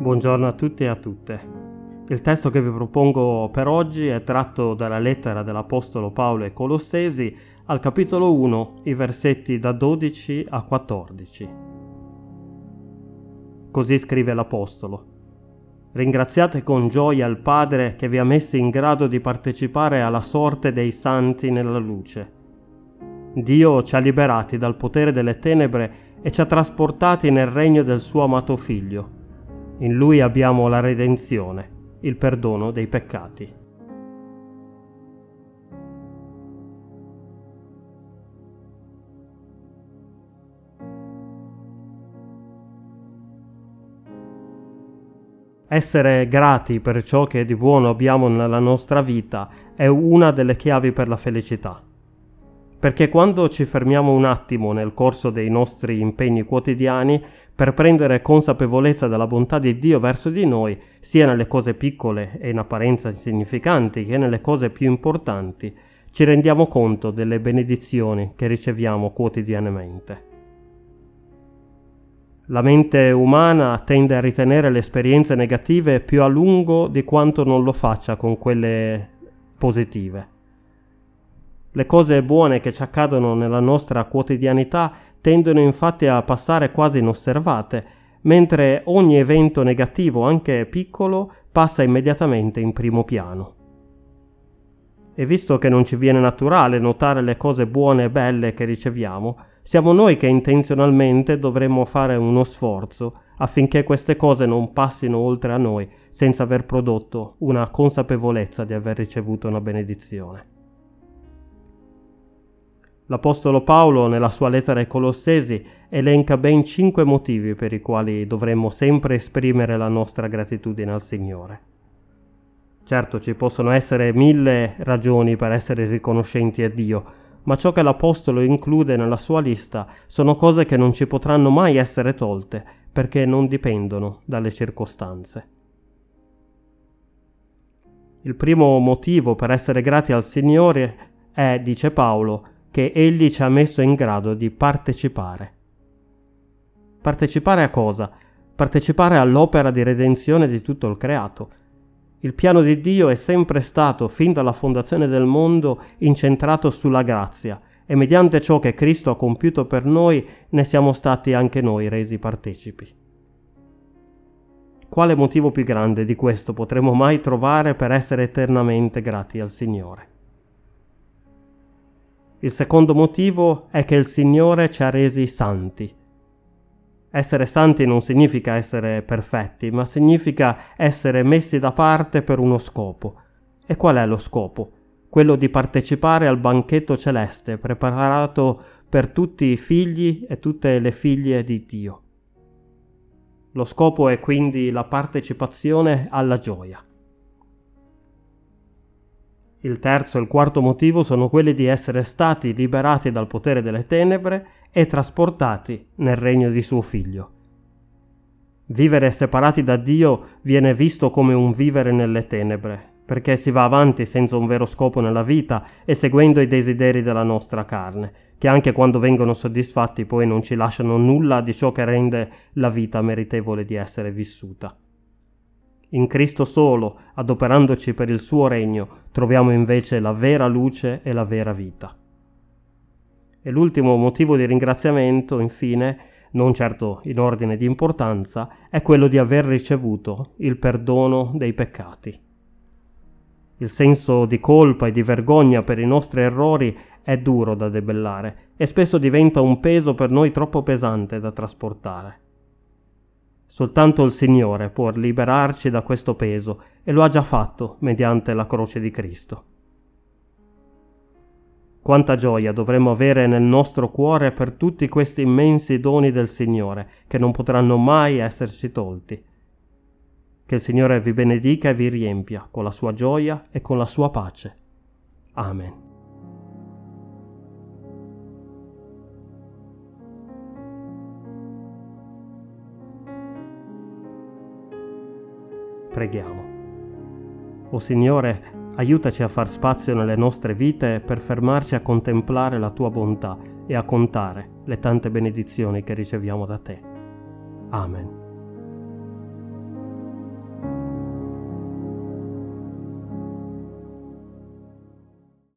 Buongiorno a tutti e a tutte. Il testo che vi propongo per oggi è tratto dalla lettera dell'Apostolo Paolo ai Colossesi, al capitolo 1, i versetti da 12 a 14. Così scrive l'Apostolo: Ringraziate con gioia il Padre che vi ha messi in grado di partecipare alla sorte dei santi nella luce. Dio ci ha liberati dal potere delle tenebre e ci ha trasportati nel regno del suo amato Figlio. In Lui abbiamo la redenzione, il perdono dei peccati. Essere grati per ciò che di buono abbiamo nella nostra vita è una delle chiavi per la felicità. Perché quando ci fermiamo un attimo nel corso dei nostri impegni quotidiani per prendere consapevolezza della bontà di Dio verso di noi, sia nelle cose piccole e in apparenza insignificanti che nelle cose più importanti, ci rendiamo conto delle benedizioni che riceviamo quotidianamente. La mente umana tende a ritenere le esperienze negative più a lungo di quanto non lo faccia con quelle positive. Le cose buone che ci accadono nella nostra quotidianità tendono infatti a passare quasi inosservate, mentre ogni evento negativo, anche piccolo, passa immediatamente in primo piano. E visto che non ci viene naturale notare le cose buone e belle che riceviamo, siamo noi che intenzionalmente dovremmo fare uno sforzo affinché queste cose non passino oltre a noi senza aver prodotto una consapevolezza di aver ricevuto una benedizione. L'Apostolo Paolo, nella sua lettera ai Colossesi, elenca ben 5 motivi per i quali dovremmo sempre esprimere la nostra gratitudine al Signore. Certo, ci possono essere 1000 ragioni per essere riconoscenti a Dio, ma ciò che l'Apostolo include nella sua lista sono cose che non ci potranno mai essere tolte, perché non dipendono dalle circostanze. Il primo motivo per essere grati al Signore è, dice Paolo, che Egli ci ha messo in grado di partecipare. Partecipare a cosa? Partecipare all'opera di redenzione di tutto il creato. Il piano di Dio è sempre stato, fin dalla fondazione del mondo, incentrato sulla grazia, e mediante ciò che Cristo ha compiuto per noi, ne siamo stati anche noi resi partecipi. Quale motivo più grande di questo potremo mai trovare per essere eternamente grati al Signore? Il secondo motivo è che il Signore ci ha resi santi. Essere santi non significa essere perfetti, ma significa essere messi da parte per uno scopo. E qual è lo scopo? Quello di partecipare al banchetto celeste preparato per tutti i figli e tutte le figlie di Dio. Lo scopo è quindi la partecipazione alla gioia. Il terzo e il quarto motivo sono quelli di essere stati liberati dal potere delle tenebre e trasportati nel regno di suo Figlio. Vivere separati da Dio viene visto come un vivere nelle tenebre, perché si va avanti senza un vero scopo nella vita e seguendo i desideri della nostra carne, che anche quando vengono soddisfatti poi non ci lasciano nulla di ciò che rende la vita meritevole di essere vissuta. In Cristo solo, adoperandoci per il suo regno, troviamo invece la vera luce e la vera vita. E l'ultimo motivo di ringraziamento, infine, non certo in ordine di importanza, è quello di aver ricevuto il perdono dei peccati. Il senso di colpa e di vergogna per i nostri errori è duro da debellare e spesso diventa un peso per noi troppo pesante da trasportare. Soltanto il Signore può liberarci da questo peso e lo ha già fatto mediante la croce di Cristo. Quanta gioia dovremmo avere nel nostro cuore per tutti questi immensi doni del Signore che non potranno mai esserci tolti. Che il Signore vi benedica e vi riempia con la sua gioia e con la sua pace. Amen. Preghiamo. O Signore, aiutaci a far spazio nelle nostre vite per fermarci a contemplare la Tua bontà e a contare le tante benedizioni che riceviamo da Te. Amen.